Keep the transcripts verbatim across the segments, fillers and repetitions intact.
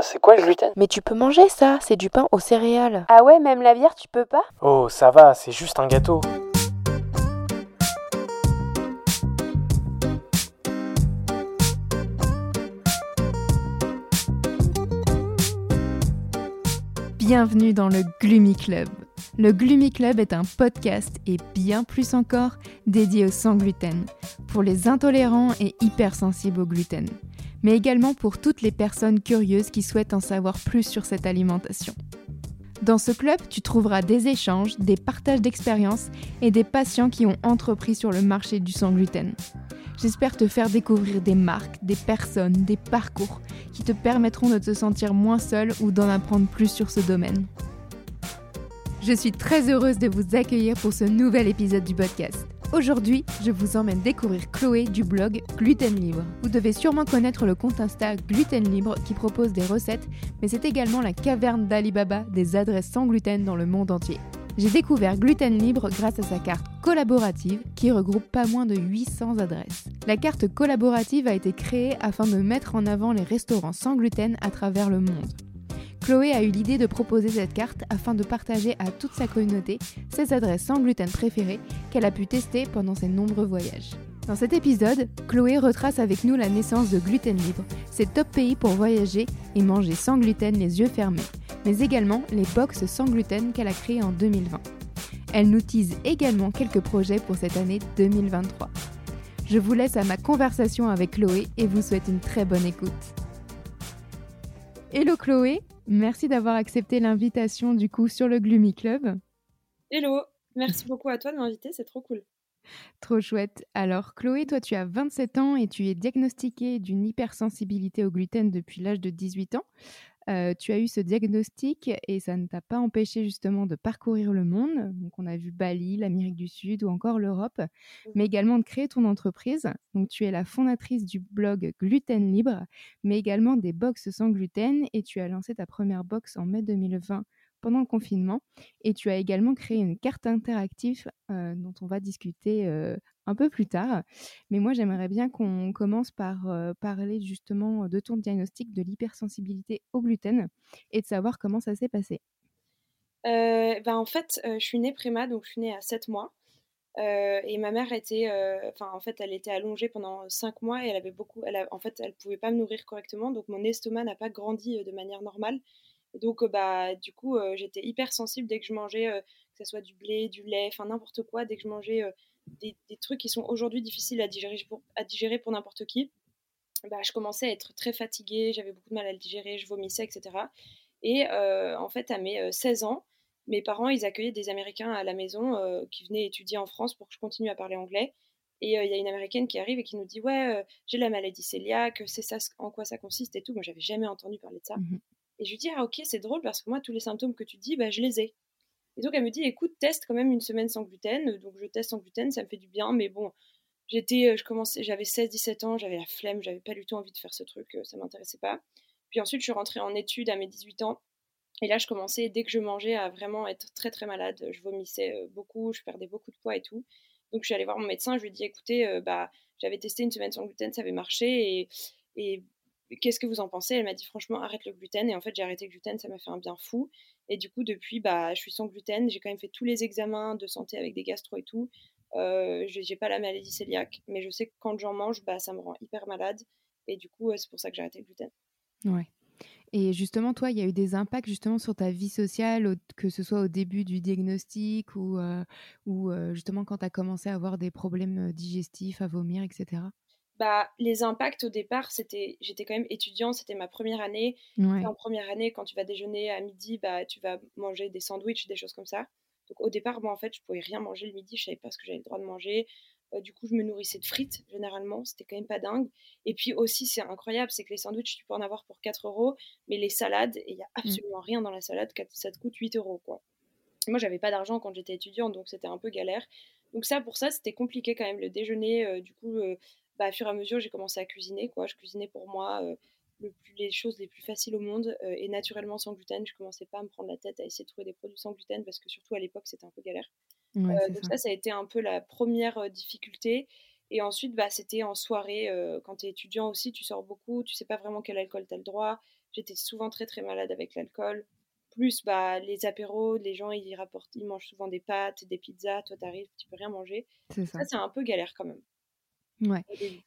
c'est quoi le gluten? Mais tu peux manger ça, c'est du pain aux céréales. Ah ouais, même la bière, tu peux pas? Oh, ça va, c'est juste un gâteau. Bienvenue dans le Gloomy Club. Le Gloomy Club est un podcast et bien plus encore dédié au sans gluten, pour les intolérants et hypersensibles au gluten, mais également pour toutes les personnes curieuses qui souhaitent en savoir plus sur cette alimentation. Dans ce club, tu trouveras des échanges, des partages d'expériences et des patients qui ont entrepris sur le marché du sans gluten. J'espère te faire découvrir des marques, des personnes, des parcours qui te permettront de te sentir moins seul ou d'en apprendre plus sur ce domaine. Je suis très heureuse de vous accueillir pour ce nouvel épisode du podcast. Aujourd'hui, je vous emmène découvrir Chloé du blog Gluten Libre. Vous devez sûrement connaître le compte Insta Gluten Libre qui propose des recettes, mais c'est également la caverne d'Ali Baba des adresses sans gluten dans le monde entier. J'ai découvert Gluten Libre grâce à sa carte collaborative qui regroupe pas moins de huit cents adresses. La carte collaborative a été créée afin de mettre en avant les restaurants sans gluten à travers le monde. Chloé a eu l'idée de proposer cette carte afin de partager à toute sa communauté ses adresses sans gluten préférées qu'elle a pu tester pendant ses nombreux voyages. Dans cet épisode, Chloé retrace avec nous la naissance de Gluten Libre, ses top pays pour voyager et manger sans gluten les yeux fermés, mais également les box sans gluten qu'elle a créées en deux mille vingt. Elle nous tease également quelques projets pour cette année deux mille vingt-trois. Je vous laisse à ma conversation avec Chloé et vous souhaite une très bonne écoute. Hello Chloé, merci d'avoir accepté l'invitation du coup sur le Gloomy Club. Hello, merci beaucoup à toi de m'inviter, c'est trop cool. Trop chouette. Alors Chloé, toi tu as vingt-sept ans et tu es diagnostiquée d'une hypersensibilité au gluten depuis l'âge de dix-huit ans. Euh, tu as eu ce diagnostic et ça ne t'a pas empêché justement de parcourir le monde. Donc on a vu Bali, l'Amérique du Sud ou encore l'Europe, mais également de créer ton entreprise. Donc tu es la fondatrice du blog Gluten Libre, mais également des box sans gluten et tu as lancé ta première box en mai deux mille vingt pendant le confinement et tu as également créé une carte interactive euh, dont on va discuter euh, un peu plus tard. Mais moi, j'aimerais bien qu'on commence par euh, parler justement de ton diagnostic de l'hypersensibilité au gluten et de savoir comment ça s'est passé. Euh, ben en fait, euh, je suis née préma, donc je suis née à sept mois. Euh, et ma mère était, enfin en fait, elle était allongée pendant cinq mois et elle avait beaucoup, elle a, en fait, elle pouvait pas me nourrir correctement, donc mon estomac n'a pas grandi euh, de manière normale. Et donc, euh, bah, du coup, euh, j'étais hyper sensible dès que je mangeais, euh, que ce soit du blé, du lait, enfin n'importe quoi, dès que je mangeais euh, des, des trucs qui sont aujourd'hui difficiles à digérer pour, à digérer pour n'importe qui. Bah, je commençais à être très fatiguée, j'avais beaucoup de mal à le digérer, je vomissais, et cetera. Et euh, en fait, à mes euh, seize ans, mes parents, ils accueillaient des Américains à la maison euh, qui venaient étudier en France pour que je continue à parler anglais. Et il euh, y a une Américaine qui arrive et qui nous dit « Ouais, euh, j'ai la maladie cœliaque, c'est ça en quoi ça consiste et tout. » Moi, j'avais jamais entendu parler de ça. Mmh. Et je lui dis « Ah ok, c'est drôle parce que moi, tous les symptômes que tu dis, bah, je les ai. » Et donc, elle me dit « Écoute, teste quand même une semaine sans gluten. » Donc, je teste sans gluten, ça me fait du bien, mais bon... J'étais, je commençais, j'avais seize dix-sept ans, j'avais la flemme, j'avais pas du tout envie de faire ce truc, ça m'intéressait pas. Puis ensuite, je suis rentrée en études à mes dix-huit ans. Et là, je commençais, dès que je mangeais, à vraiment être très très malade. Je vomissais beaucoup, je perdais beaucoup de poids et tout. Donc, je suis allée voir mon médecin, je lui ai dit, écoutez, euh, bah, j'avais testé une semaine sans gluten, ça avait marché. Et, et qu'est-ce que vous en pensez? Elle m'a dit, franchement, arrête le gluten. Et en fait, j'ai arrêté le gluten, ça m'a fait un bien fou. Et du coup, depuis, bah, je suis sans gluten. J'ai quand même fait tous les examens de santé avec des gastro et tout. Euh, j'ai pas la maladie cœliaque, mais je sais que quand j'en mange, bah, ça me rend hyper malade. Et du coup, c'est pour ça que j'ai arrêté le gluten. Ouais. Et justement, toi, il y a eu des impacts justement sur ta vie sociale, au, que ce soit au début du diagnostic ou, euh, ou euh, justement quand tu as commencé à avoir des problèmes digestifs, à vomir, et cetera. Bah, les impacts au départ, c'était, j'étais quand même étudiante, c'était ma première année. Ouais. En première année, quand tu vas déjeuner à midi, bah, tu vas manger des sandwichs, des choses comme ça. Donc au départ, moi en fait, je pouvais rien manger le midi, je savais pas ce que j'avais le droit de manger. Euh, du coup, je me nourrissais de frites généralement, c'était quand même pas dingue. Et puis aussi, c'est incroyable, c'est que les sandwichs, tu peux en avoir pour quatre euros, mais les salades, et il y a absolument rien dans la salade, ça te coûte huit euros quoi. Moi, j'avais pas d'argent quand j'étais étudiante, donc c'était un peu galère. Donc ça, pour ça, c'était compliqué quand même le déjeuner. Euh, du coup, euh, bah, à fur et à mesure, j'ai commencé à cuisiner, quoi. Je cuisinais pour moi euh, le plus, les choses les plus faciles au monde euh, et naturellement sans gluten. Je commençais pas à me prendre la tête à essayer de trouver des produits sans gluten parce que surtout à l'époque, c'était un peu galère. Ouais, Euh, c'est donc ça. ça, ça a été un peu la première euh, difficulté. Et ensuite, bah, c'était en soirée. Euh, quand tu es étudiant aussi, tu sors beaucoup, tu sais pas vraiment quel alcool tu as le droit. j'étais souvent très très malade avec l'alcool. Plus bah, les apéros, les gens ils, rapportent, ils mangent souvent des pâtes, des pizzas, toi t'arrives, tu peux rien manger. C'est ça. Ça, c'est un peu galère quand même. Ouais. Au début.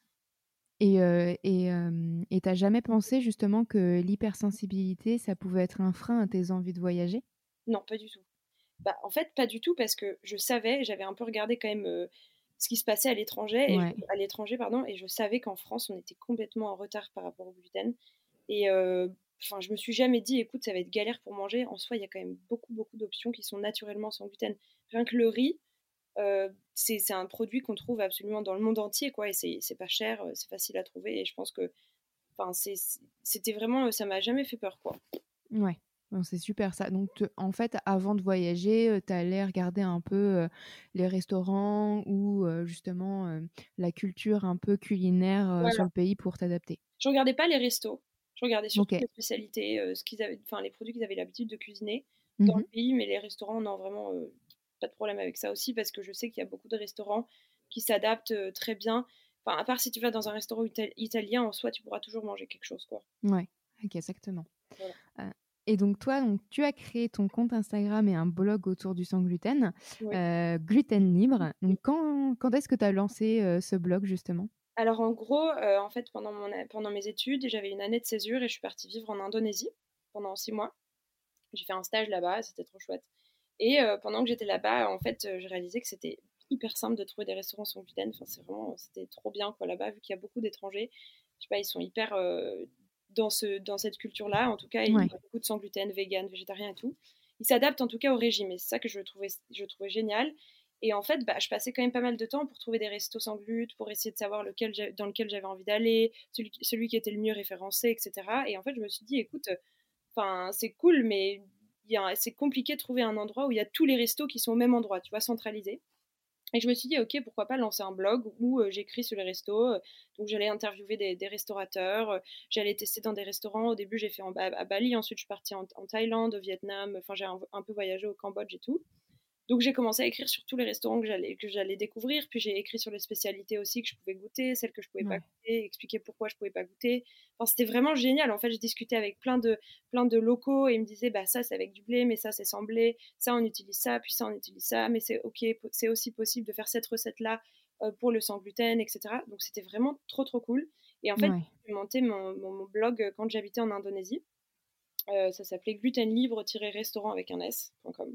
Et euh, et euh, et t'as jamais pensé justement que l'hypersensibilité, ça pouvait être un frein à tes envies de voyager? Non, pas du tout. Bah, en fait, pas du tout, parce que je savais, j'avais un peu regardé quand même euh, ce qui se passait à l'étranger, et Ouais. je, à l'étranger, pardon, et je savais qu'en France, on était complètement en retard par rapport au gluten. Et euh, enfin, je me suis jamais dit, écoute, ça va être galère pour manger. En soi, il y a quand même beaucoup, beaucoup d'options qui sont naturellement sans gluten. Rien que le riz, euh, c'est, c'est un produit qu'on trouve absolument dans le monde entier, quoi, et c'est, c'est pas cher, euh, c'est facile à trouver, et je pense que, enfin, c'est, c'était vraiment, ça m'a jamais fait peur, quoi. Ouais. Bon, c'est super ça. Donc, te- en fait, avant de voyager, tu allais regarder un peu euh, les restaurants ou euh, justement euh, la culture un peu culinaire euh, sur Voilà. le pays pour t'adapter. Je regardais pas les restos, je regardais surtout Ok. les spécialités, euh, ce qu'ils avaient, enfin les produits qu'ils avaient l'habitude de cuisiner dans Mhm. le pays, mais les restaurants, non, vraiment euh, pas de problème avec ça aussi, parce que je sais qu'il y a beaucoup de restaurants qui s'adaptent euh, très bien. Enfin, à part si tu vas dans un restaurant ital- italien, en soi, tu pourras toujours manger quelque chose, quoi. Ouais. Ok, exactement. Voilà. Euh, et donc, toi, donc, tu as créé ton compte Instagram et un blog autour du sans gluten, Oui. euh, Gluten Libre. Donc, quand, quand est-ce que tu as lancé euh, ce blog justement? Alors en gros, euh, en fait, pendant, mon, pendant mes études, j'avais une année de césure et je suis partie vivre en Indonésie pendant six mois. J'ai fait un stage là-bas, c'était trop chouette. Et euh, pendant que j'étais là-bas, en fait, euh, j'ai réalisé que c'était hyper simple de trouver des restaurants sans gluten. Enfin, c'est vraiment, c'était trop bien quoi là-bas, vu qu'il y a beaucoup d'étrangers. Je sais pas, ils sont hyper euh, dans ce, dans cette culture-là. En tout cas, il Ouais. y a beaucoup de sans gluten, vegan, végétarien et tout. Ils s'adaptent en tout cas au régime, et c'est ça que je trouvais, je trouvais génial. Et en fait, bah, je passais quand même pas mal de temps pour trouver des restos sans gluten, pour essayer de savoir lequel dans lequel j'avais envie d'aller, celui, celui qui était le mieux référencé, et cetera. Et en fait, je me suis dit, écoute, enfin, c'est cool, mais il y a- c'est compliqué de trouver un endroit où il y a tous les restos qui sont au même endroit, tu vois, centralisés. Et je me suis dit, ok, pourquoi pas lancer un blog où euh, j'écris sur les restos. euh, donc j'allais interviewer des, des restaurateurs, euh, j'allais tester dans des restaurants. Au début, j'ai fait en, à, à Bali, ensuite je suis partie en, en Thaïlande, au Vietnam, enfin j'ai un, un peu voyagé au Cambodge et tout. Donc j'ai commencé à écrire sur tous les restaurants que j'allais que j'allais découvrir, puis j'ai écrit sur les spécialités aussi que je pouvais goûter, celles que je pouvais pas Ouais. goûter, expliquer pourquoi je pouvais pas goûter. Enfin, c'était vraiment génial. En fait, j'ai discuté avec plein de plein de locaux et ils me disaient bah ça c'est avec du blé, mais ça c'est sans blé, ça on utilise ça, puis ça on utilise ça, mais c'est ok, c'est aussi possible de faire cette recette là euh, pour le sans gluten, et cetera. Donc c'était vraiment trop trop cool. Et en fait, Ouais. j'ai monté mon, mon, mon blog quand j'habitais en Indonésie. Euh, ça s'appelait glutenlibre-restaurant avec un s point com.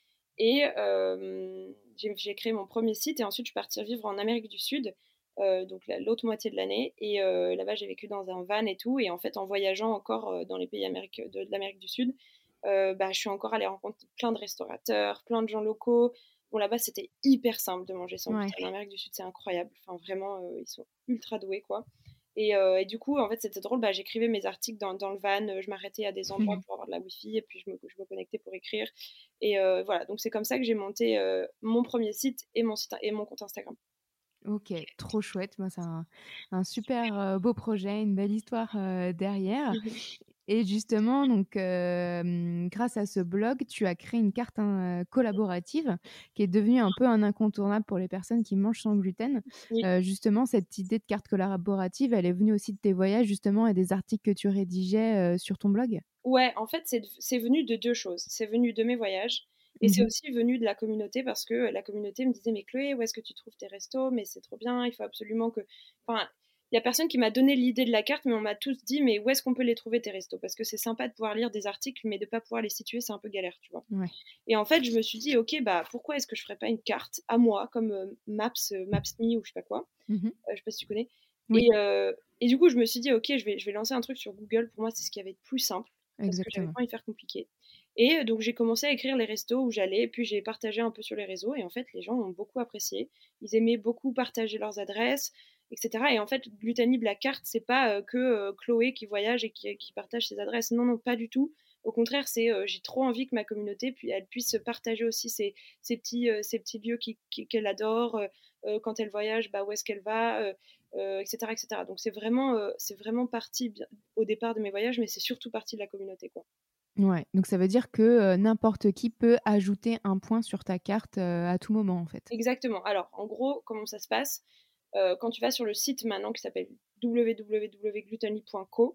Et euh, j'ai, j'ai créé mon premier site et ensuite je suis partie vivre en Amérique du Sud, euh, donc la, l'autre moitié de l'année. Et euh, là-bas, j'ai vécu dans un van et tout. Et en fait, en voyageant encore euh, dans les pays Amérique, de, de l'Amérique du Sud, euh, bah, je suis encore allée rencontrer plein de restaurateurs, plein de gens locaux. Bon, là-bas, c'était hyper simple de manger sans Ouais. gluten. En Amérique du Sud, c'est incroyable. Enfin, vraiment, euh, ils sont ultra doués, quoi. Et, euh, et du coup, en fait, c'était drôle. Bah, j'écrivais mes articles dans, dans le van. euh, Je m'arrêtais à des endroits pour avoir de la Wi-Fi et puis je me, je me connectais pour écrire. Et euh, voilà, donc c'est comme ça que j'ai monté euh, mon premier site et mon, site, et mon compte Instagram. Ok, trop chouette. Moi, c'est un, un super euh, beau projet, une belle histoire euh, derrière. Et justement, donc, euh, grâce à ce blog, tu as créé une carte hein, collaborative qui est devenue un peu un incontournable pour les personnes qui mangent sans gluten. Oui. Euh, justement, cette idée de carte collaborative, elle est venue aussi de tes voyages, justement, et des articles que tu rédigeais euh, sur ton blog. Ouais, en fait, c'est, c'est venu de deux choses. C'est venu de mes voyages et c'est Mhm. aussi venu de la communauté parce que la communauté me disait, mais Chloé, où est-ce que tu trouves tes restos? Mais c'est trop bien, il faut absolument que... Enfin, il y a personne qui m'a donné l'idée de la carte, mais on m'a tous dit, mais où est-ce qu'on peut les trouver tes restos? Parce que c'est sympa de pouvoir lire des articles, mais de pas pouvoir les situer, c'est un peu galère, tu vois. Ouais. Et en fait, je me suis dit, ok, bah pourquoi est-ce que je ferais pas une carte à moi, comme euh, Maps, euh, Maps.me ou je sais pas quoi. Mhm. Euh, je sais pas si tu connais. Oui, Et, euh, et du coup, je me suis dit, ok, je vais, je vais lancer un truc sur Google. Pour moi, c'est ce qui avait de plus simple parce que j'avais exactement. pas envie de faire compliqué. Et euh, donc, j'ai commencé à écrire les restos où j'allais, puis j'ai partagé un peu sur les réseaux. Et en fait, les gens ont beaucoup apprécié. Ils aimaient beaucoup partager leurs adresses, et cetera. Et en fait, Gluten Libre, la carte, c'est pas euh, que euh, Chloé qui voyage et qui, qui partage ses adresses. Non, non, pas du tout. Au contraire, c'est euh, j'ai trop envie que ma communauté puis elle puisse partager aussi ses, ses petits, euh, ses petits lieux qui, qui, qu'elle adore. Euh, euh, quand elle voyage, bah, où est-ce qu'elle va, euh, euh, et cetera, et cetera. Donc c'est vraiment, euh, c'est vraiment parti bien, au départ de mes voyages, mais c'est surtout parti de la communauté, quoi. Ouais, donc ça veut dire que euh, n'importe qui peut ajouter un point sur ta carte euh, à tout moment, en fait. Exactement. Alors, en gros, comment ça se passe? Euh, quand tu vas sur le site maintenant qui s'appelle w w w point glutenly point co,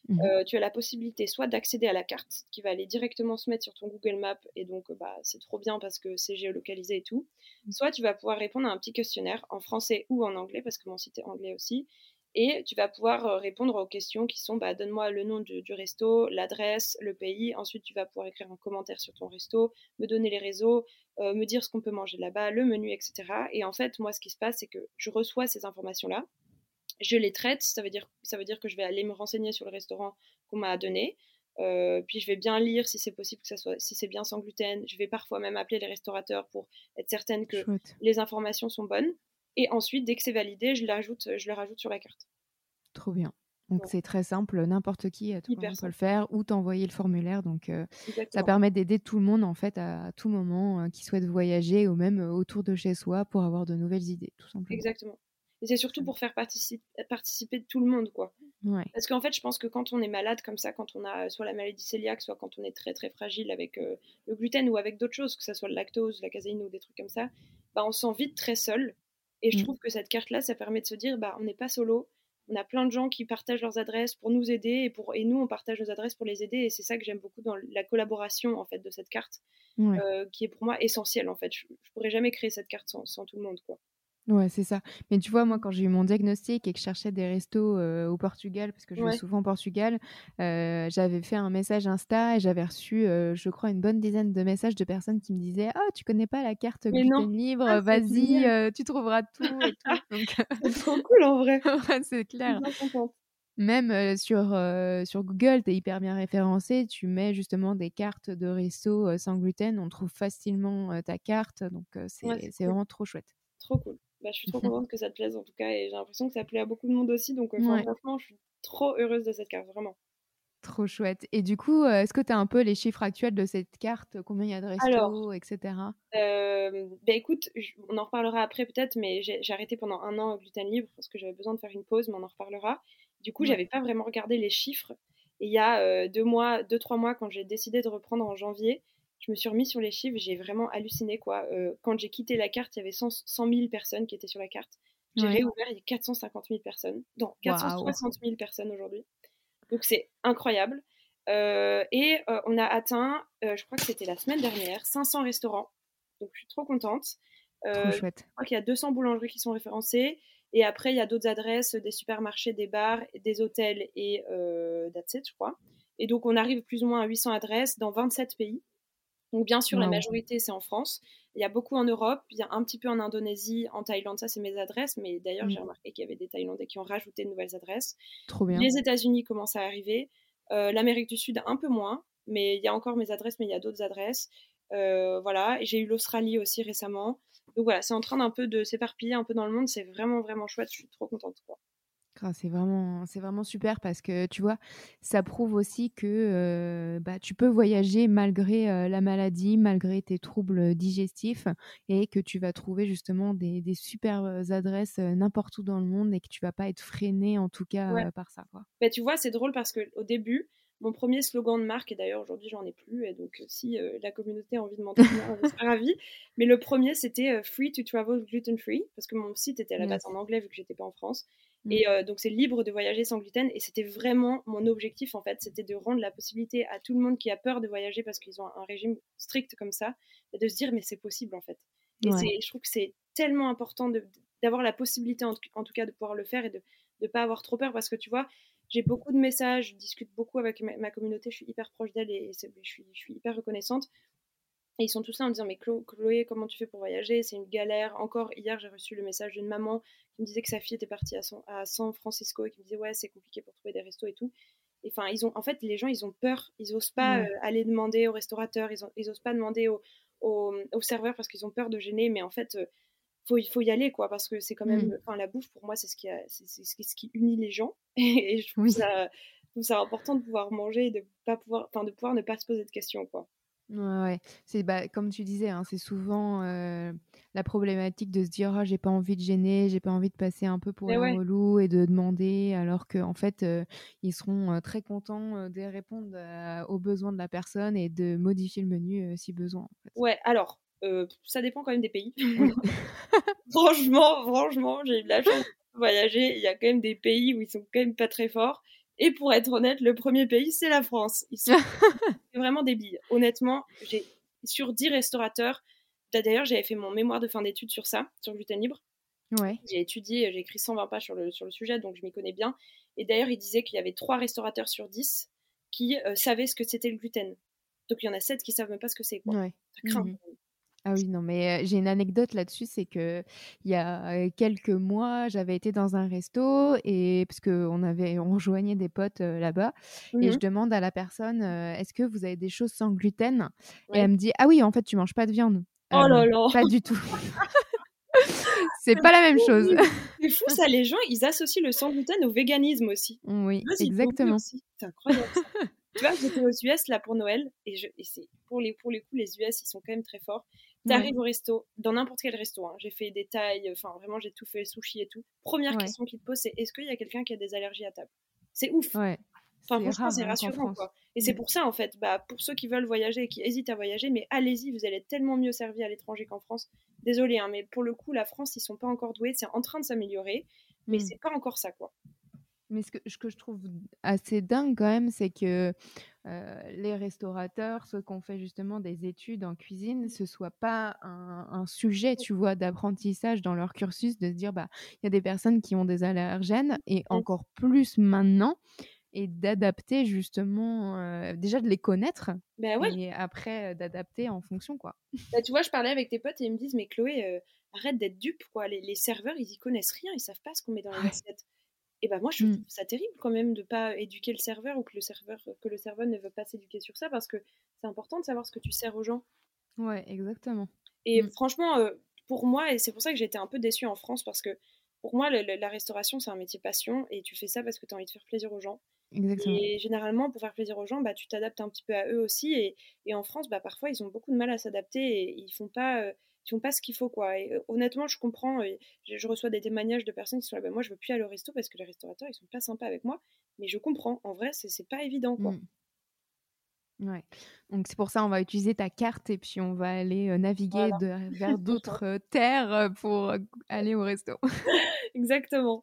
Mmh. Euh, tu as la possibilité soit d'accéder à la carte qui va aller directement se mettre sur ton Google Maps et donc bah, c'est trop bien parce que c'est géolocalisé et tout. Mmh. Soit tu vas pouvoir répondre à un petit questionnaire en français ou en anglais parce que mon site est anglais aussi. Et tu vas pouvoir euh, répondre aux questions qui sont bah, donne-moi le nom du, du resto, l'adresse, le pays. Ensuite, tu vas pouvoir écrire un commentaire sur ton resto, me donner les réseaux, euh, me dire ce qu'on peut manger là-bas, le menu, et cetera. Et en fait, moi, ce qui se passe, c'est que je reçois ces informations-là. Je les traite, ça veut dire, ça veut dire que je vais aller me renseigner sur le restaurant qu'on m'a donné. Euh, puis je vais bien lire si c'est possible que ça soit, si c'est bien sans gluten. Je vais parfois même appeler les restaurateurs pour être certaine que Chouette. Les informations sont bonnes. Et ensuite, dès que c'est validé, je l'ajoute, je le rajoute sur la carte. Trop bien. Donc ouais. C'est très simple, n'importe qui à tout moment peut le faire ou t'envoyer le formulaire. Donc euh, ça permet d'aider tout le monde en fait à, à tout moment euh, qui souhaite voyager ou même euh, autour de chez soi pour avoir de nouvelles idées, tout simplement. Exactement. Et c'est surtout pour faire participer, participer tout le monde, quoi. Ouais. Parce qu'en fait, je pense que quand on est malade comme ça, quand on a soit la maladie cœliaque, soit quand on est très très fragile avec euh, le gluten ou avec d'autres choses, que ce soit le lactose, la caséine ou des trucs comme ça, bah, on se sent vite très seul. Et je mmh. trouve que cette carte-là, ça permet de se dire, bah, on n'est pas solo. On a plein de gens qui partagent leurs adresses pour nous aider et, pour, et nous, on partage nos adresses pour les aider. Et c'est ça que j'aime beaucoup dans la collaboration en fait, de cette carte, ouais. euh, qui est pour moi essentielle. En fait. Je ne pourrais jamais créer cette carte sans, sans tout le monde, quoi. Ouais, c'est ça. Mais tu vois, moi, quand j'ai eu mon diagnostic et que je cherchais des restos euh, au Portugal, parce que je vais ouais. souvent au Portugal, euh, j'avais fait un message Insta et j'avais reçu, euh, je crois, une bonne dizaine de messages de personnes qui me disaient « Ah, oh, tu connais pas la carte Mais gluten non. libre, ah, vas-y, euh, tu trouveras tout et tout. » Donc, c'est trop cool, en vrai. Ouais, c'est clair. Même euh, sur, euh, sur Google, tu es hyper bien référencé. Tu mets justement des cartes de restos euh, sans gluten. On trouve facilement euh, ta carte. Donc, euh, c'est, ouais, c'est, c'est cool. vraiment trop chouette. Trop cool. Bah, je suis trop contente que ça te plaise en tout cas. Et j'ai l'impression que ça plaît à beaucoup de monde aussi. Donc, euh, ouais. franchement, je suis trop heureuse de cette carte, vraiment. Trop chouette. Et du coup, euh, est-ce que tu as un peu les chiffres actuels de cette carte? Combien il y a de restos, Alors, et cetera. Euh, bah écoute, on en reparlera après peut-être, mais j'ai, j'ai arrêté pendant un an au gluten libre parce que j'avais besoin de faire une pause, mais on en reparlera. Du coup, ouais. j'avais pas vraiment regardé les chiffres. Et il y a euh, deux mois, deux, trois mois, quand j'ai décidé de reprendre en janvier, je me suis remis sur les chiffres et j'ai vraiment halluciné, quoi. Euh, quand j'ai quitté la carte, il y avait cent mille personnes qui étaient sur la carte. J'ai ouais. réouvert, il y a quatre cent cinquante mille personnes. Non, quatre cent soixante mille wow. personnes aujourd'hui. Donc c'est incroyable. Euh, et euh, on a atteint, euh, je crois que c'était la semaine dernière, cinq cents restaurants. Donc je suis trop contente. Euh, trop chouette. Je crois qu'il y a deux cents boulangeries qui sont référencées. Et après, il y a d'autres adresses, des supermarchés, des bars, des hôtels et euh, that's it, je crois. Et donc on arrive plus ou moins à huit cents adresses dans vingt-sept pays. Donc bien sûr, wow. la majorité, c'est en France. Il y a beaucoup en Europe, il y a un petit peu en Indonésie, en Thaïlande, ça c'est mes adresses. Mais d'ailleurs, mmh. j'ai remarqué qu'il y avait des Thaïlandais qui ont rajouté de nouvelles adresses. Trop bien. Les États-Unis commencent à arriver. Euh, L'Amérique du Sud, un peu moins, mais il y a encore mes adresses, mais il y a d'autres adresses. Euh, voilà, et j'ai eu l'Australie aussi récemment. Donc voilà, c'est en train d'un peu de s'éparpiller un peu dans le monde. C'est vraiment, vraiment chouette. Je suis trop contente, quoi. Ah, c'est vraiment, c'est vraiment super parce que, tu vois, ça prouve aussi que euh, bah, tu peux voyager malgré euh, la maladie, malgré tes troubles digestifs et que tu vas trouver justement des, des super adresses euh, n'importe où dans le monde et que tu vas pas être freiné en tout cas ouais. euh, par ça, quoi. Bah, tu vois, c'est drôle parce qu'au début, mon premier slogan de marque, et d'ailleurs aujourd'hui j'en ai plus, et donc si euh, la communauté a envie de m'entretenir, je serais ravie. Mais le premier c'était euh, Free to Travel Gluten Free, parce que mon site était à la base yes. en anglais vu que j'étais pas en France. Mmh. Et euh, donc c'est libre de voyager sans gluten, et c'était vraiment mon objectif en fait, c'était de rendre la possibilité à tout le monde qui a peur de voyager parce qu'ils ont un régime strict comme ça, de se dire mais c'est possible en fait. Et ouais. c'est, je trouve que c'est tellement important de, d'avoir la possibilité en, en tout cas de pouvoir le faire et de ne pas avoir trop peur, parce que tu vois, j'ai beaucoup de messages, je discute beaucoup avec ma, ma communauté, je suis hyper proche d'elle et, et c'est, je, suis, je suis hyper reconnaissante. Et ils sont tous là en me disant mais Chloé, comment tu fais pour voyager? C'est une galère. Encore hier, j'ai reçu le message d'une maman qui me disait que sa fille était partie à San, à San Francisco et qui me disait ouais, c'est compliqué pour trouver des restos et tout. Et enfin, ils ont, en fait, les gens, ils ont peur. Ils n'osent pas mmh. euh, aller demander aux restaurateurs, ils n'osent pas demander aux, aux, aux serveurs parce qu'ils ont peur de gêner. Mais en fait, euh, faut, il faut y aller, quoi, parce que c'est quand même, enfin, mmh. la bouffe, pour moi, c'est ce qui, a, c'est, c'est ce qui, ce qui unit les gens. Et je trouve, oui. ça, je trouve ça important de pouvoir manger et de, pas pouvoir, de pouvoir ne pas se poser de questions, quoi. Ouais, ouais. C'est bah, comme tu disais, hein, c'est souvent euh, la problématique de se dire oh, j'ai pas envie de gêner, j'ai pas envie de passer un peu pour un ouais. relou et de demander, alors qu'en fait euh, ils seront euh, très contents euh, de répondre euh, aux besoins de la personne et de modifier le menu euh, si besoin. En fait. Ouais, alors euh, ça dépend quand même des pays. Oui. franchement, franchement, j'ai eu de la chance de voyager. Il y a quand même des pays où ils sont quand même pas très forts. Et pour être honnête, le premier pays, c'est la France. Ils sont vraiment des billes. Honnêtement, j'ai sur dix restaurateurs, d'ailleurs, j'avais fait mon mémoire de fin d'études sur ça, sur le gluten libre. Ouais. J'ai étudié, j'ai écrit cent vingt pages sur le, sur le sujet, donc je m'y connais bien. Et d'ailleurs, il disait qu'il y avait trois restaurateurs sur dix qui euh, savaient ce que c'était le gluten. Donc il y en a sept qui savent même pas ce que c'est, quoi. Ouais. Ça craint. Mhm. Ah oui, non, mais euh, j'ai une anecdote là-dessus, c'est que il y a euh, quelques mois, j'avais été dans un resto et parce que on avait, on rejoignait des potes euh, là-bas et je Mhm. demande à la personne, euh, est-ce que vous avez des choses sans gluten? Et Ouais. elle me dit, ah oui, en fait, tu manges pas de viande. Oh Ah là non, là. pas du tout. C'est pas la même chose. C'est fou ça, les gens, ils associent le sans gluten au véganisme aussi. Oui, Là, c'est exactement. aussi. C'est incroyable ça. Tu vois, j'étais aux U S là pour Noël et, je, et c'est pour les, pour les coups, les U S, ils sont quand même très forts. T'arrives Ouais. au resto, dans n'importe quel resto, hein, j'ai fait des tailles, enfin vraiment j'ai tout fait, sushi et tout. Première Ouais. question qu'ils te posent, c'est est-ce qu'il y a quelqu'un qui a des allergies à table? C'est ouf. Ouais. Enfin, C'est franchement, rare c'est hein, qu'en rassurant, France. quoi. Et Mm. c'est pour ça, en fait, bah, pour ceux qui veulent voyager et qui hésitent à voyager, mais allez-y, vous allez être tellement mieux servis à l'étranger qu'en France. Désolée, hein, mais pour le coup, la France, ils sont pas encore doués. C'est en train de s'améliorer, mais Mm. c'est pas encore ça, quoi. Mais ce que, ce que je trouve assez dingue quand même, c'est que euh, les restaurateurs, ceux qui ont fait justement des études en cuisine, ce soit pas un, un sujet, tu vois, d'apprentissage dans leur cursus, de se dire, bah, il y a des personnes qui ont des allergènes, et Mm. encore plus maintenant, et d'adapter justement, euh, déjà de les connaître, Bah ouais. et après euh, d'adapter en fonction, quoi. Bah, tu vois, je parlais avec tes potes et ils me disent, mais Chloé, euh, arrête d'être dupe, quoi. Les, les serveurs, ils y connaissent rien, ils savent pas ce qu'on met dans les Ouais. assiettes. Et bah moi, je Mm. trouve ça terrible quand même de pas éduquer le serveur ou que le serveur, que le serveur ne veut pas s'éduquer sur ça parce que c'est important de savoir ce que tu sers aux gens. Ouais, exactement. Et Mm. franchement, euh, pour moi, et c'est pour ça que j'ai été un peu déçue en France parce que pour moi, le- le- la restauration, c'est un métier passion et tu fais ça parce que tu as envie de faire plaisir aux gens. Exactement. Et généralement, pour faire plaisir aux gens, bah, tu t'adaptes un petit peu à eux aussi. Et, et en France, bah, parfois, ils ont beaucoup de mal à s'adapter et ils font pas, euh, ils font pas ce qu'il faut, quoi. Et euh, honnêtement, je comprends. Et je, je reçois des témoignages de personnes qui sont là, bah, moi, je veux plus aller au resto parce que les restaurateurs, ils sont pas sympas avec moi. Mais je comprends. En vrai, c'est c'est pas évident, quoi. Mm. Ouais. Donc c'est pour ça on va utiliser ta carte et puis on va aller euh, naviguer Voilà, de- vers d'autres euh, terres euh, pour euh, aller au resto. exactement.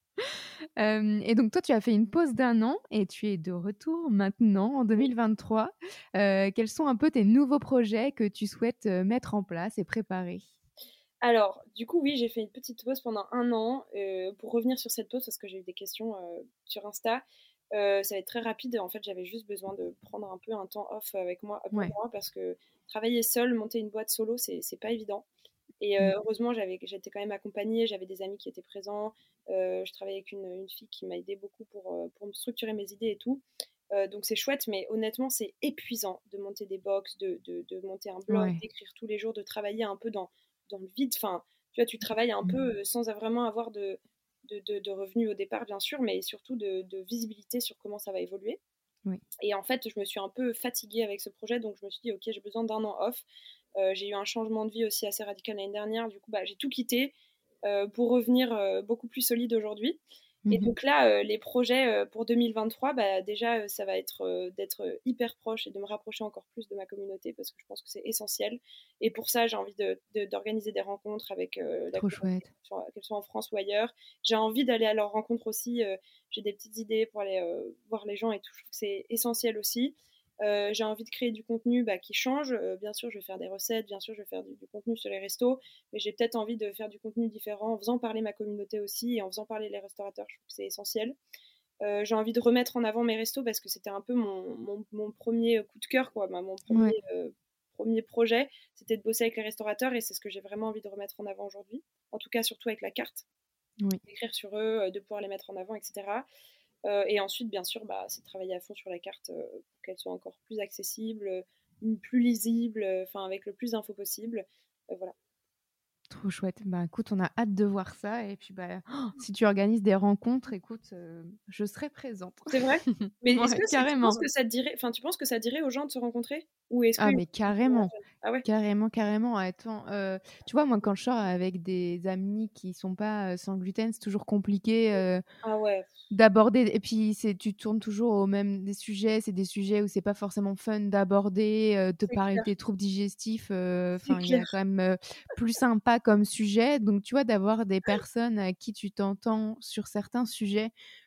Euh, et donc toi tu as fait une pause d'un an et tu es de retour maintenant en deux mille vingt-trois. Euh, quels sont un peu tes nouveaux projets que tu souhaites euh, mettre en place et préparer? Alors, du coup, oui, j'ai fait une petite pause pendant un an. Euh, pour revenir sur cette pause, parce que j'ai eu des questions euh, sur Insta, euh, ça va être très rapide. En fait, j'avais juste besoin de prendre un peu un temps off avec moi, pour Ouais. moi, parce que travailler seul, monter une boîte solo, c'est c'est pas évident. Et euh, Mm. heureusement, j'avais, j'étais quand même accompagnée, j'avais des amis qui étaient présents. Euh, je travaillais avec une, une fille qui m'a aidé beaucoup pour, euh, pour me structurer mes idées et tout. Euh, donc c'est chouette, mais honnêtement, c'est épuisant de monter des box, de, de, de monter un blog, Ouais. d'écrire tous les jours, de travailler un peu dans, dans le vide. Enfin, tu vois, tu travailles un Mm. peu euh, sans vraiment avoir de, de, de, de revenus au départ, bien sûr, mais surtout de, de visibilité sur comment ça va évoluer. Oui. Et en fait, je me suis un peu fatiguée avec ce projet, donc je me suis dit, ok, j'ai besoin d'un an off. Euh, j'ai eu un changement de vie aussi assez radical l'année dernière, du coup, bah, j'ai tout quitté euh, pour revenir euh, beaucoup plus solide aujourd'hui. Et Mhm. donc là, euh, les projets euh, pour deux mille vingt-trois, bah, déjà, euh, ça va être euh, d'être euh, hyper proche et de me rapprocher encore plus de ma communauté parce que je pense que c'est essentiel. Et pour ça, j'ai envie de, de, d'organiser des rencontres avec euh, la Trop communauté, chouette. qu'elles soient, qu'elles soient en France ou ailleurs. J'ai envie d'aller à leurs rencontres aussi. Euh, j'ai des petites idées pour aller euh, voir les gens et tout. Je trouve que c'est essentiel aussi. Euh, j'ai envie de créer du contenu bah, qui change. Euh, bien sûr, je vais faire des recettes, bien sûr, je vais faire du, du contenu sur les restos, mais j'ai peut-être envie de faire du contenu différent en faisant parler ma communauté aussi et en faisant parler les restaurateurs. Je trouve que c'est essentiel. Euh, j'ai envie de remettre en avant mes restos parce que c'était un peu mon, mon, mon premier coup de cœur, quoi, mon premier, Ouais. euh, premier projet, c'était de bosser avec les restaurateurs et c'est ce que j'ai vraiment envie de remettre en avant aujourd'hui. En tout cas, surtout avec la carte, Oui. d'écrire sur eux, de pouvoir les mettre en avant, et cetera. Euh, et ensuite, bien sûr, bah, c'est de travailler à fond sur la carte euh, pour qu'elle soit encore plus accessible, euh, plus lisible, enfin euh, avec le plus d'infos possible. Euh, voilà. Trop chouette. Bah écoute, on a hâte de voir ça. Et puis bah, oh, si tu organises des rencontres, écoute, euh, je serai présente. C'est vrai. Mais est-ce Ouais, que c'est, tu penses carrément. que ça te dirait, enfin, tu penses que ça dirait aux gens de se rencontrer ou est-ce que Ah mais carrément. ah ouais. Carrément, carrément. Attends, euh, tu vois, moi, quand je sors avec des amis qui sont pas euh, sans gluten, c'est toujours compliqué euh, Ah ouais. d'aborder. Et puis, c'est, tu tournes toujours au même des sujets. C'est des sujets où c'est pas forcément fun d'aborder, euh, de C'est parler de clair. tes troubles digestifs. euh, C'est Enfin, il y clair. a quand même euh, plus sympa comme sujet. Donc, tu vois, d'avoir des personnes à qui tu t'entends sur certains sujets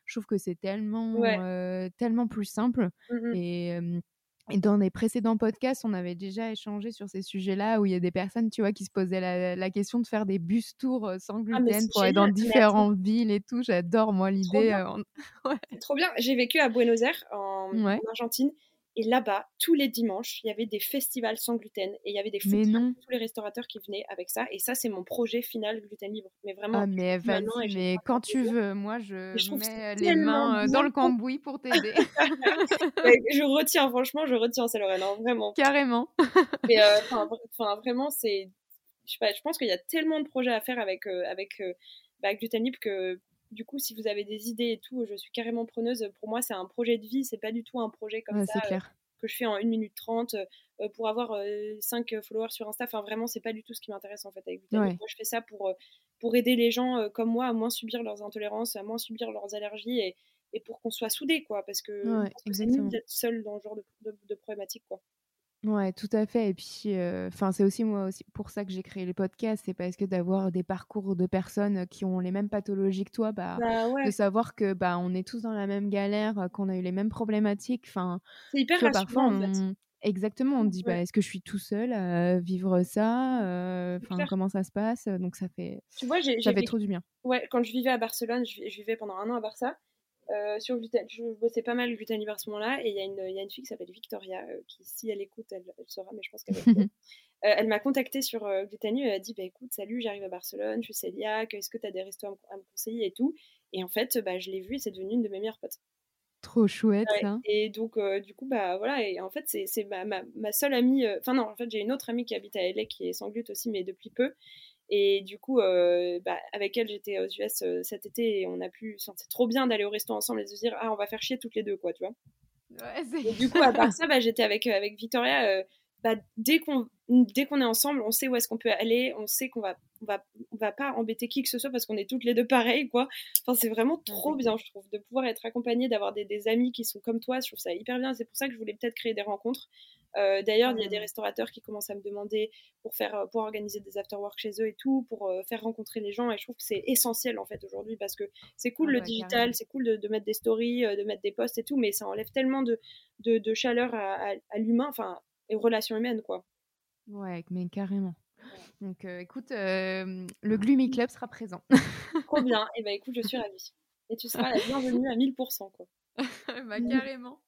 je trouve que c'est tellement, Ouais. euh, tellement plus simple. Mmh. Et, euh, et dans les précédents podcasts, on avait déjà échangé sur ces sujets-là où il y a des personnes, tu vois, qui se posaient la, la question de faire des bus tours sans Ah mais gluten c'est pour aller dans génial! Mais attends, différentes villes et tout. J'adore, moi, trop l'idée. bien! euh, on- ouais. C'est trop bien. J'ai vécu à Buenos Aires, en, Ouais. en Argentine, et là-bas, tous les dimanches, il y avait des festivals sans gluten et il y avait des food Mais trucks non. de tous les restaurateurs qui venaient avec ça. Et ça, c'est mon projet final gluten libre. Mais vraiment, Ah, je le mais vis maintenant vas-y, et j'ai mais quand tu plaisir. veux, moi, Et je je trouve que c'est mets les tellement mains euh, dans bien. le cambouis pour t'aider. Ouais, je retiens, franchement, je retiens, c'est Lorraine, hein, vraiment. Carrément. Mais euh, enfin, vra- enfin, vraiment, c'est, je sais pas, je pense qu'il y a tellement de projets à faire avec euh, avec euh, bah, Gluten Libre que du coup, si vous avez des idées et tout, je suis carrément preneuse. Pour moi, c'est un projet de vie, c'est pas du tout un projet comme Ouais, ça c'est euh, clair. que je fais en une minute trente euh, pour avoir euh, cinq followers sur Insta. Enfin, vraiment, c'est pas du tout ce qui m'intéresse en fait avec Gluten Libre. Ouais. Moi, je fais ça pour, euh, pour aider les gens euh, comme moi à moins subir leurs intolérances, à moins subir leurs allergies et, et pour qu'on soit soudés, quoi. Parce que je Ouais, pense que c'est nul exactement. d'être seul dans ce genre de, de, de problématique, quoi. Ouais, tout à fait. Et puis, euh, enfin, c'est aussi moi aussi pour ça que j'ai créé les podcasts. C'est parce que d'avoir des parcours de personnes qui ont les mêmes pathologies que toi, bah, Bah de ouais, savoir que bah, on est tous dans la même galère, euh, qu'on a eu les mêmes problématiques. Enfin, c'est hyper tu vois, parfois, rassurant en fait. on... exactement, on dit, Ouais, bah, est-ce que je suis tout seul à vivre ça? Euh, c'est Enfin, clair. comment ça se passe? Donc, ça fait, Tu vois, j'ai ça j'ai fait vécu. trop du bien. Ouais, quand je vivais à Barcelone, je, vi- je vivais pendant un an à Barça. Euh, sur gluten, je bossais pas mal gluten libre à ce moment-là, et il y, a une- il y a une fille qui s'appelle Victoria, euh, qui, si elle écoute, elle, elle saura, mais je pense qu'elle va écouter. Euh, elle m'a contactée sur euh, Gluten Libre, elle a dit bah, écoute, salut, j'arrive à Barcelone, je suis cœliaque, est-ce que tu as des restos à me, à me conseiller et tout. Et en fait, bah, je l'ai vue et c'est devenu une de mes meilleures potes. Trop chouette, Ouais. ça. Et donc, euh, du coup, bah voilà, et en fait, c'est c'est ma, ma, ma seule amie, euh, enfin non, en fait, j'ai une autre amie qui habite à L A qui est sans gluten aussi, mais depuis peu. Et du coup, euh, bah, avec elle, j'étais aux U S euh, cet été et on a pu. C'est trop bien d'aller au resto ensemble et de se dire, ah, on va faire chier toutes les deux, quoi, tu vois. Ouais, c'est Et du coup, à part ça, bah, j'étais avec, euh, avec Victoria. Euh, bah, dès qu'on dès qu'on est ensemble, on sait où est-ce qu'on peut aller, on sait qu'on va, on va, on va pas embêter qui que ce soit parce qu'on est toutes les deux pareilles, quoi. Enfin, c'est vraiment Ouais, trop c'est bien, clair. je trouve, de pouvoir être accompagnée, d'avoir des, des amis qui sont comme toi. Je trouve ça hyper bien. C'est pour ça que je voulais peut-être créer des rencontres. Euh, D'ailleurs, il y a des Carrément. restaurateurs qui commencent à me demander pour faire, pour organiser des after-work chez eux et tout, pour euh, faire rencontrer les gens. Et je trouve que c'est essentiel en fait aujourd'hui parce que c'est cool Ah le bah, carrément. digital, c'est cool de, de mettre des stories, euh, de mettre des posts et tout, mais ça enlève tellement de, de, de chaleur à, à, à l'humain, enfin, et aux relations humaines, quoi. Ouais, mais carrément. Voilà. Donc, euh, écoute, euh, le Gloomy Club sera présent. Trop bien, et bah écoute, je suis ravie. Et tu seras la bienvenue à mille pour cent, quoi. Bah, carrément.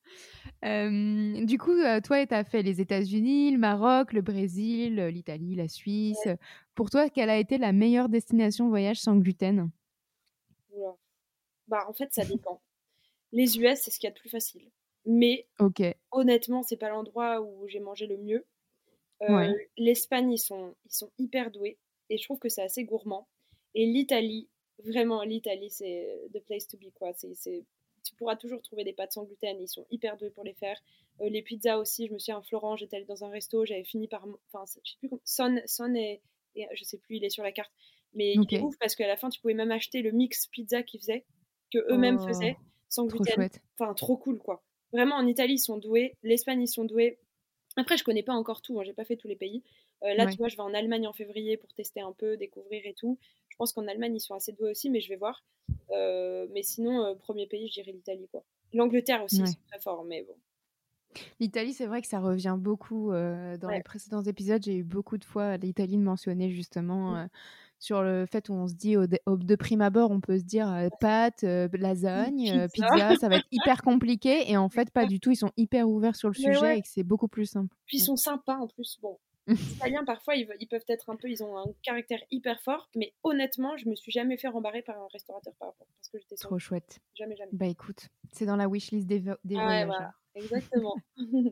Euh, du coup, euh, toi, tu as fait les États-Unis, le Maroc, le Brésil, euh, l'Italie, la Suisse. Ouais. Pour toi, quelle a été la meilleure destination voyage sans gluten? Oula. Bah en fait, ça dépend. Les U S, c'est ce qu'il y a de plus facile. Mais Ok, honnêtement, c'est pas l'endroit où j'ai mangé le mieux. Euh, ouais. L'Espagne, ils sont, ils sont hyper doués. Et je trouve que c'est assez gourmand. Et l'Italie, vraiment, l'Italie, c'est the place to be, quoi. C'est, c'est... Tu pourras toujours trouver des pâtes sans gluten. Ils sont hyper doués pour les faire. Euh, les pizzas aussi. Je me souviens, à Florence, j'étais allée dans un resto. J'avais fini par. Enfin, je sais plus comment. Son, Son et, et. Je sais plus, il est sur la carte. Mais il Ok. est ouf parce qu'à la fin, tu pouvais même acheter le mix pizza qu'ils faisaient, que eux-mêmes Oh, faisaient, sans trop gluten. chouette. Enfin, trop cool, quoi. Vraiment, en Italie, ils sont doués. L'Espagne, ils sont doués. Après, je connais pas encore tout, hein, j'ai pas fait tous les pays. Euh, là, tu Ouais. vois, je vais en Allemagne en février pour tester un peu, découvrir et tout. Je pense qu'en Allemagne, ils sont assez doués aussi, mais je vais voir. Euh, mais sinon, euh, premier pays, je dirais l'Italie, quoi. L'Angleterre aussi, ils Ouais. sont très forts, mais bon. L'Italie, c'est vrai que ça revient beaucoup. Euh, dans les Ouais. précédents épisodes, j'ai eu beaucoup de fois l'Italie de mentionner justement Mm. euh, sur le fait où on se dit, au de, au- de prime abord, on peut se dire euh, pâtes, euh, lasagne, euh, Pizza, pizza, ça va être hyper compliqué. Et en c'est fait, pas clair. du tout. Ils sont hyper ouverts sur le Mais ouais, sujet et que c'est beaucoup plus simple. puis ils Mm. sont sympas en plus. Bon, les Italiens, parfois, ils, ve- ils peuvent être un peu, ils ont un caractère hyper fort, mais honnêtement, je me suis jamais fait rembarrer par un restaurateur par rapport, parce que j'étais sans. Trop chouette. Jamais, jamais. Bah écoute, c'est dans la wishlist des, vo- des Ah ouais, voyages voilà, alors. exactement.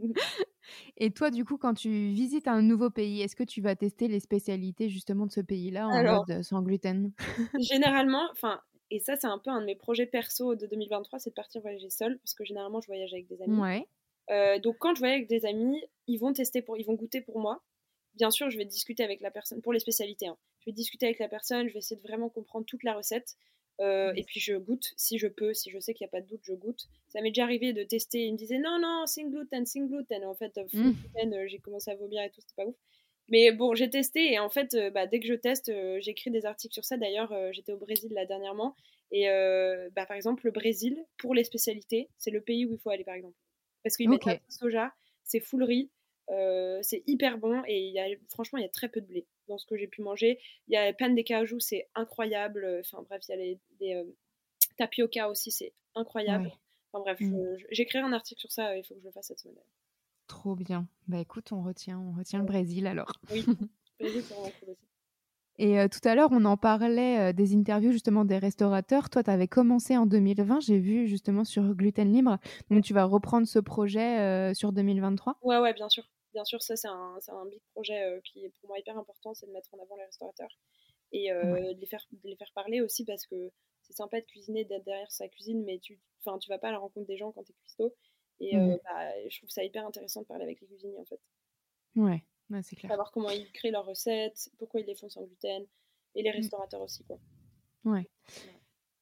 Et toi, du coup, quand tu visites un nouveau pays, est-ce que tu vas tester les spécialités justement de ce pays-là en Alors, mode euh, sans gluten? généralement, enfin, et ça, c'est un peu un de mes projets perso de deux mille vingt-trois, c'est de partir voyager seule, parce que généralement, je voyage avec des amis. Ouais. Euh, donc, quand je voyage avec des amis, ils vont tester pour, ils vont goûter pour moi. Bien sûr, je vais discuter avec la personne pour les spécialités, hein. Je vais discuter avec la personne, je vais essayer de vraiment comprendre toute la recette. Euh, et Yes. puis je goûte si je peux, si je sais qu'il n'y a pas de doute, je goûte. Ça m'est déjà arrivé de tester, ils me disaient non, non, sin gluten, sin gluten. En fait, euh, full Mm. gluten, euh, j'ai commencé à vomir et tout, c'était pas ouf. Mais bon, j'ai testé et en fait, euh, bah, dès que je teste, euh, j'écris des articles sur ça. D'ailleurs, euh, j'étais au Brésil là dernièrement Et euh, bah, par exemple, le Brésil, pour les spécialités, c'est le pays où il faut aller, par exemple. Parce qu'ils mettent Ok. pas de soja, c'est full riz, euh, c'est hyper bon et il y a, franchement, il y a très peu de blé dans ce que j'ai pu manger. Il y a pan de cajou, c'est incroyable. Enfin bref, il y a les, des euh, tapioca aussi, c'est incroyable. Ouais. Enfin bref, Mm. je- je- j'écrirai un article sur ça, il faut que je le fasse cette semaine. Trop bien. Bah écoute, on retient, on retient le Ouais. Brésil alors. Oui, le Brésil, c'est vraiment cool aussi. Et euh, tout à l'heure, on en parlait euh, des interviews justement des restaurateurs. Toi, tu avais commencé en deux mille vingt, j'ai vu justement sur Gluten Libre. Donc, Ouais. tu vas reprendre ce projet euh, sur deux mille vingt-trois? Ouais, ouais, bien sûr. Bien sûr, ça, c'est un, c'est un big projet euh, qui est pour moi hyper important, c'est de mettre en avant les restaurateurs et euh, Ouais. de, les faire, de les faire parler aussi parce que c'est sympa de cuisiner, d'être derrière sa cuisine, mais tu, enfin, tu vas pas à la rencontre des gens quand tu es cuistot. Et euh, Mhm. bah, je trouve ça hyper intéressant de parler avec les cuisiniers en fait. Ouais, ouais, c'est clair. Savoir comment ils créent leurs recettes, pourquoi ils les font sans gluten, et les Mm. restaurateurs aussi, quoi. Ouais. Ouais.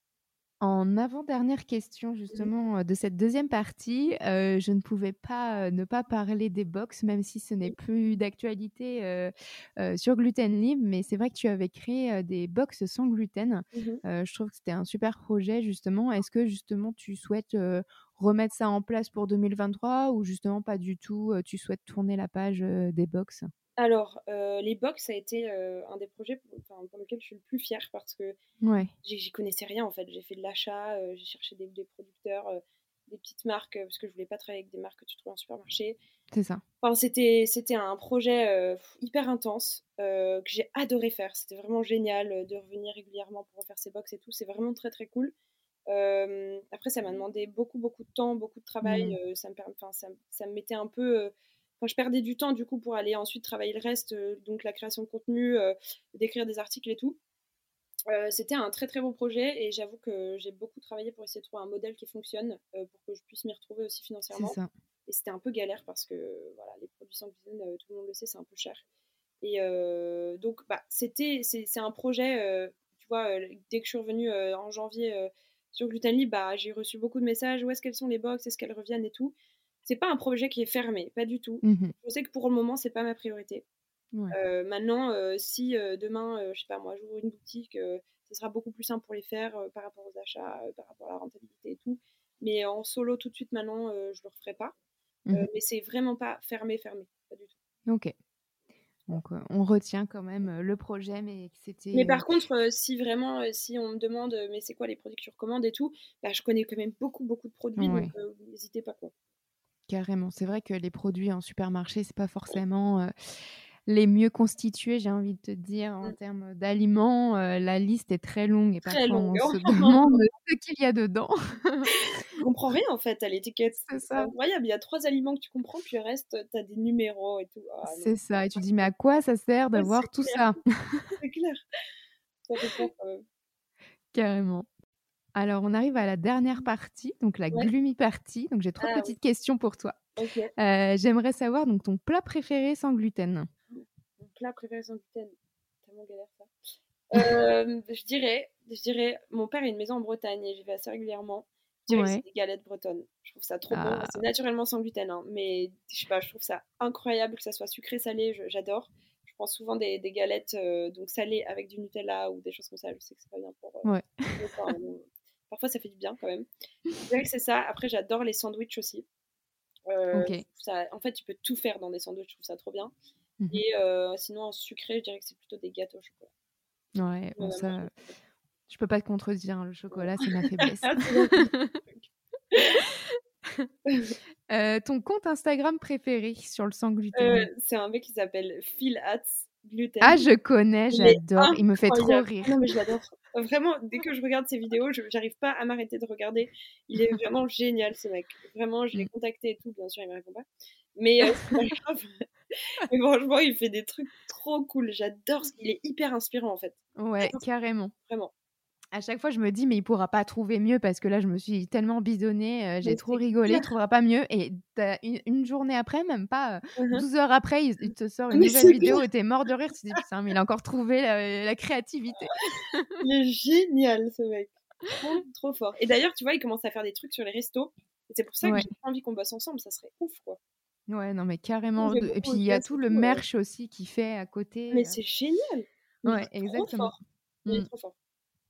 En avant-dernière question justement euh, de cette deuxième partie, euh, je ne pouvais pas euh, ne pas parler des box, même si ce n'est plus d'actualité euh, euh, sur Gluten Libre, mais c'est vrai que tu avais créé euh, des box sans gluten. Mhm. Euh, je trouve que c'était un super projet justement. Est-ce que justement tu souhaites euh, remettre ça en place pour deux mille vingt-trois ou justement pas du tout, euh, tu souhaites tourner la page euh, des box? Alors, euh, les box, ça a été euh, un des projets pour, enfin, pour lequel je suis le plus fière parce que Ouais, j'y j'y connaissais rien en fait. J'ai fait de l'achat, euh, j'ai cherché des, des producteurs, euh, des petites marques, euh, parce que je voulais pas travailler avec des marques que tu trouves en supermarché. c'est ça. Enfin, c'était, c'était un projet euh, hyper intense euh, que j'ai adoré faire. C'était vraiment génial euh, de revenir régulièrement pour refaire ces box et tout. C'est vraiment très très cool. Euh, après, ça m'a demandé beaucoup beaucoup de temps, beaucoup de travail. Mm. Euh, ça, me, enfin, ça, ça me mettait un peu... euh, Enfin, je perdais du temps du coup pour aller ensuite travailler le reste, euh, donc la création de contenu, euh, d'écrire des articles et tout. Euh, c'était un très très beau projet et j'avoue que j'ai beaucoup travaillé pour essayer de trouver un modèle qui fonctionne euh, pour que je puisse m'y retrouver aussi C'est financièrement. ça. Et c'était un peu galère parce que voilà, les produits sans gluten, euh, tout le monde le sait, c'est un peu cher. Et euh, donc bah, c'était, c'est, c'est un projet, euh, tu vois, euh, dès que je suis revenue euh, en janvier euh, sur Gluten Libre, bah, j'ai reçu beaucoup de messages, où est-ce qu'elles sont les box, est-ce qu'elles reviennent et tout. C'est pas un projet qui est fermé, pas du tout. Mhm. Je sais que pour le moment, c'est pas ma priorité. Ouais. Euh, maintenant, euh, si euh, demain, euh, je sais pas moi, j'ouvre une boutique, euh, ce sera beaucoup plus simple pour les faire euh, par rapport aux achats, euh, par rapport à la rentabilité et tout. Mais en solo tout de suite maintenant, euh, je le referai pas. Euh, Mhm. mais c'est vraiment pas fermé, fermé, pas du tout. Ok. Donc, euh, on retient quand même euh, le projet, mais que Mais c'était... euh, par contre, euh, si vraiment, euh, si on me demande, euh, mais c'est quoi les produits que tu recommandes et tout, bah, je connais quand même beaucoup, beaucoup de produits, donc Ouais, euh, n'hésitez pas quoi. carrément. C'est vrai que les produits en supermarché, c'est pas forcément euh, les mieux constitués, j'ai envie de te dire, en Mm. termes d'aliments. Euh, la liste est très longue et Très parfois on longue. se demande ce qu'il y a dedans. Tu comprends rien en fait à l'étiquette. C'est C'est ça. incroyable. Il y a trois aliments que tu comprends, puis le reste, t'as des numéros et tout. Ah non. C'est ça. Et tu dis, mais à quoi ça sert Ouais, c'est d'avoir tout clair. ça? C'est clair. Ça fait peur quand même. Carrément. Alors, on arrive à la dernière partie, donc la Ouais. gloomy partie. Donc, j'ai trois Ah oui. petites questions pour toi. Ok. Euh, j'aimerais savoir donc ton plat préféré sans gluten. Mon plat préféré sans gluten. Tellement galère ça. Euh, je dirais, je dirais, mon père a une maison en Bretagne et j'y vais assez régulièrement. Je dirais que c'est Ouais. des galettes bretonnes. Je trouve ça trop bon. Ah, C'est naturellement sans gluten, hein, mais je sais pas, je trouve ça incroyable que ça soit sucré, salé. je- J'adore. Je prends souvent des, des galettes euh, donc salées avec du Nutella ou des choses comme ça. Je sais que c'est pas bien pour, euh, ouais. pour le corps, mais parfois ça fait du bien quand même. Je dirais que c'est ça. Après, j'adore les sandwichs aussi. Euh, je Ok. trouve ça, en fait, tu peux tout faire dans des sandwichs. Je trouve ça trop bien. Mhm. Et euh, sinon, en sucré, je dirais que c'est plutôt des gâteaux au chocolat. Ouais, Mais bon, ouais, moi, je ça, me fais des je peux pas te contredire, hein, le trucs. chocolat, c'est ma faiblesse. Ah, c'est mon truc. Euh, ton compte Instagram préféré sur le sans Euh, gluten? c'est un mec qui s'appelle Phil Hats Ah, Gluten. je connais, Il est j'adore. Il me fait trop incroyable. Ah rire. non, mais je l'adore. Vraiment, dès que je regarde ses vidéos, je j'arrive pas à m'arrêter de regarder. Il est vraiment génial, ce mec. Vraiment, je l'ai Mm. contacté et tout. Bien sûr, il me répond pas. Mais euh, c'est pas grave. Mais franchement, il fait des trucs trop cool. J'adore. ce- Il est hyper inspirant, en fait. Ouais, J'adore ça. carrément. Vraiment. À chaque fois, je me dis, mais il pourra pas trouver mieux parce que là, je me suis tellement bisonnée, euh, j'ai Mais trop c'est rigolé, il clair. trouvera pas mieux. Et t'as une, une journée après, même pas euh, Mhm. douze heures après, il, il te sort une Mais nouvelle c'est vidéo clair. et t'es mort de rire. Tu te dis, putain, mais il a encore trouvé la, la créativité. Il est génial, ce mec. Trop, trop fort. Et d'ailleurs, tu vois, il commence à faire des trucs sur les restos. Et c'est pour ça que Ouais. j'ai pas envie qu'on bosse ensemble. Ça serait ouf, quoi. Ouais, non, mais On carrément. fait De- Et beaucoup puis, aux il y a U S tout et le tout. euh. merch aussi qu'il fait à côté. Mais euh. c'est génial. Mais il Ouais, est trop exactement. fort. Il Mm. est trop fort.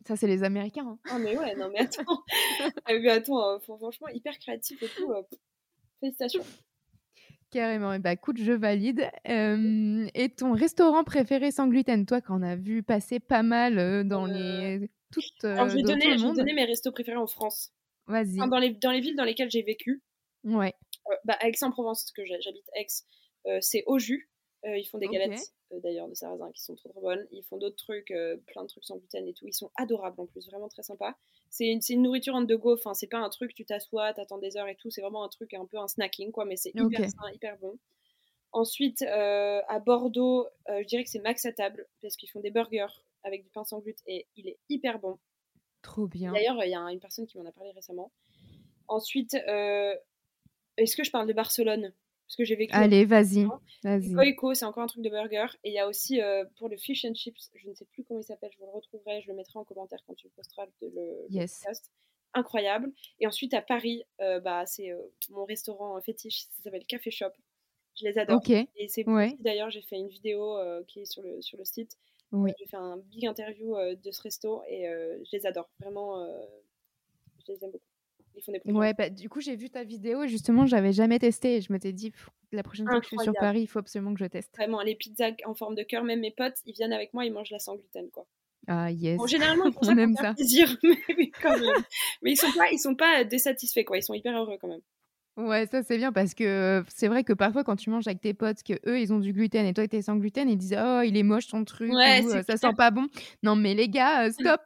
Ça, c'est les Américains. Hein. Ah, mais ouais, non, mais attends. ah, mais attends, euh, franchement, hyper créatif et tout. Euh, félicitations. Carrément. Et bah, écoute, je valide. Euh, et ton restaurant préféré sans gluten, toi, qu'on a vu passer pas mal euh, dans euh... les. Toutes, euh, Alors, je vais, dans donner, tout le je vais monde. donner mes restos préférés en France. Vas-y. Enfin, dans, les, dans les villes dans lesquelles j'ai vécu. Ouais. Euh, bah, Aix-en-Provence, parce que j'habite Aix, euh, c'est au jus. Euh, ils font des galettes, okay. euh, d'ailleurs, de sarrasin qui sont trop trop bonnes. Ils font d'autres trucs, euh, plein de trucs sans gluten et tout. Ils sont adorables en plus, vraiment très sympas. C'est une, une nourriture on the go, enfin, c'est pas un truc, tu t'assois, t'attends des heures et tout. C'est vraiment un truc, un peu un snacking, quoi, mais c'est hyper okay. sain, hyper bon. Ensuite, euh, à Bordeaux, euh, je dirais que c'est Max à table, parce qu'ils font des burgers avec du pain sans gluten et il est hyper bon. Trop bien. D'ailleurs, il y a une personne qui m'en a parlé récemment. Ensuite, euh, est-ce que je parle de Barcelone ? Parce que j'ai vécu. Allez, vas-y. vas-y. Koiko, c'est encore un truc de burger. Et il y a aussi euh, pour le fish and chips, je ne sais plus comment il s'appelle, je vous le retrouverai, je le mettrai en commentaire quand tu posteras le, le, yes. le podcast. Incroyable. Et ensuite à Paris, euh, bah, c'est euh, mon restaurant fétiche, ça s'appelle Café Shop. Je les adore. Okay. Et c'est ouais. d'ailleurs, j'ai fait une vidéo euh, qui est sur le, sur le site. Oui. J'ai fait un big interview euh, de ce resto et euh, je les adore. Vraiment, euh, je les aime beaucoup. Ils font des produits. Ouais, bah, du coup, j'ai vu ta vidéo et justement, j'avais jamais testé. Et je m'étais dit, la prochaine fois que je suis sur Paris, il faut absolument que je teste. Vraiment, les pizzas en forme de cœur, même mes potes, ils viennent avec moi, ils mangent la sans gluten, quoi. Ah, yes. Bon, généralement, pour ça, on aime ça. Plaisir, mais, mais quand même. Mais ils sont pas, ils sont pas désatisfaits, quoi. Ils sont hyper heureux quand même. Ouais, ça c'est bien parce que c'est vrai que parfois quand tu manges avec tes potes que eux ils ont du gluten et toi t'es sans gluten, ils disent oh il est moche ton truc ouais, ou, ça clair. Sent pas bon. Non mais les gars, euh, stop.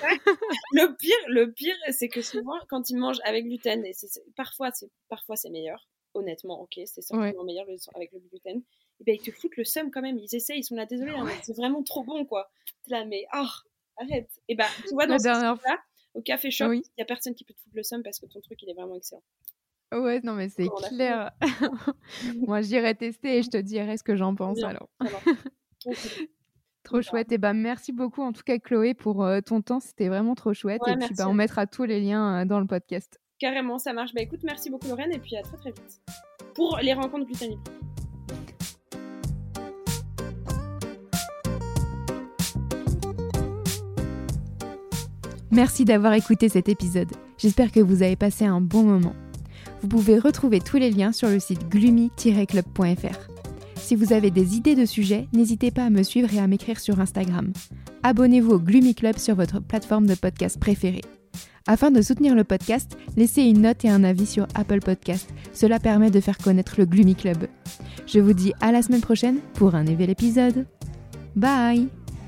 Le pire, le pire c'est que souvent quand ils mangent avec gluten et c'est, c'est, parfois c'est parfois c'est meilleur. Honnêtement, ok, c'est certainement ouais. meilleur le, avec le gluten. Et ben ils te foutent le seum quand même. Ils essayent, ils sont là désolés, hein, mais c'est vraiment trop bon quoi. T'es là mais ah oh, arrête. Et ben tu vois dans ce dernière... là au Café Shop, il oui. y a personne qui peut te foutre le seum parce que ton truc il est vraiment excellent. Ouais, non, mais c'est oh, clair. Moi, j'irai tester et je te dirai ce que j'en pense bien, alors. trop, trop chouette. Et bah, merci beaucoup, en tout cas, Chloé, pour euh, ton temps. C'était vraiment trop chouette. Ouais, et puis, bah, on mettra tous les liens euh, dans le podcast. Carrément, ça marche. Bah, écoute, merci beaucoup, Lorraine. Et puis, à très, très vite. Pour les rencontres gluten libre. Merci d'avoir écouté cet épisode. J'espère que vous avez passé un bon moment. Vous pouvez retrouver tous les liens sur le site gloomy tiret club point f r. Si vous avez des idées de sujets, n'hésitez pas à me suivre et à m'écrire sur Instagram. Abonnez-vous au Gloomy Club sur votre plateforme de podcast préférée. Afin de soutenir le podcast, laissez une note et un avis sur Apple Podcast. Cela permet de faire connaître le Gloomy Club. Je vous dis à la semaine prochaine pour un nouvel épisode. Bye!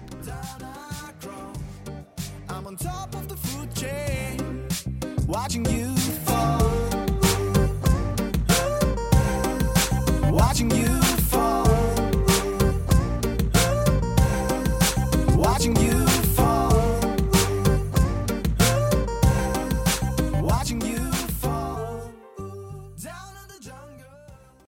Watching you fall, watching you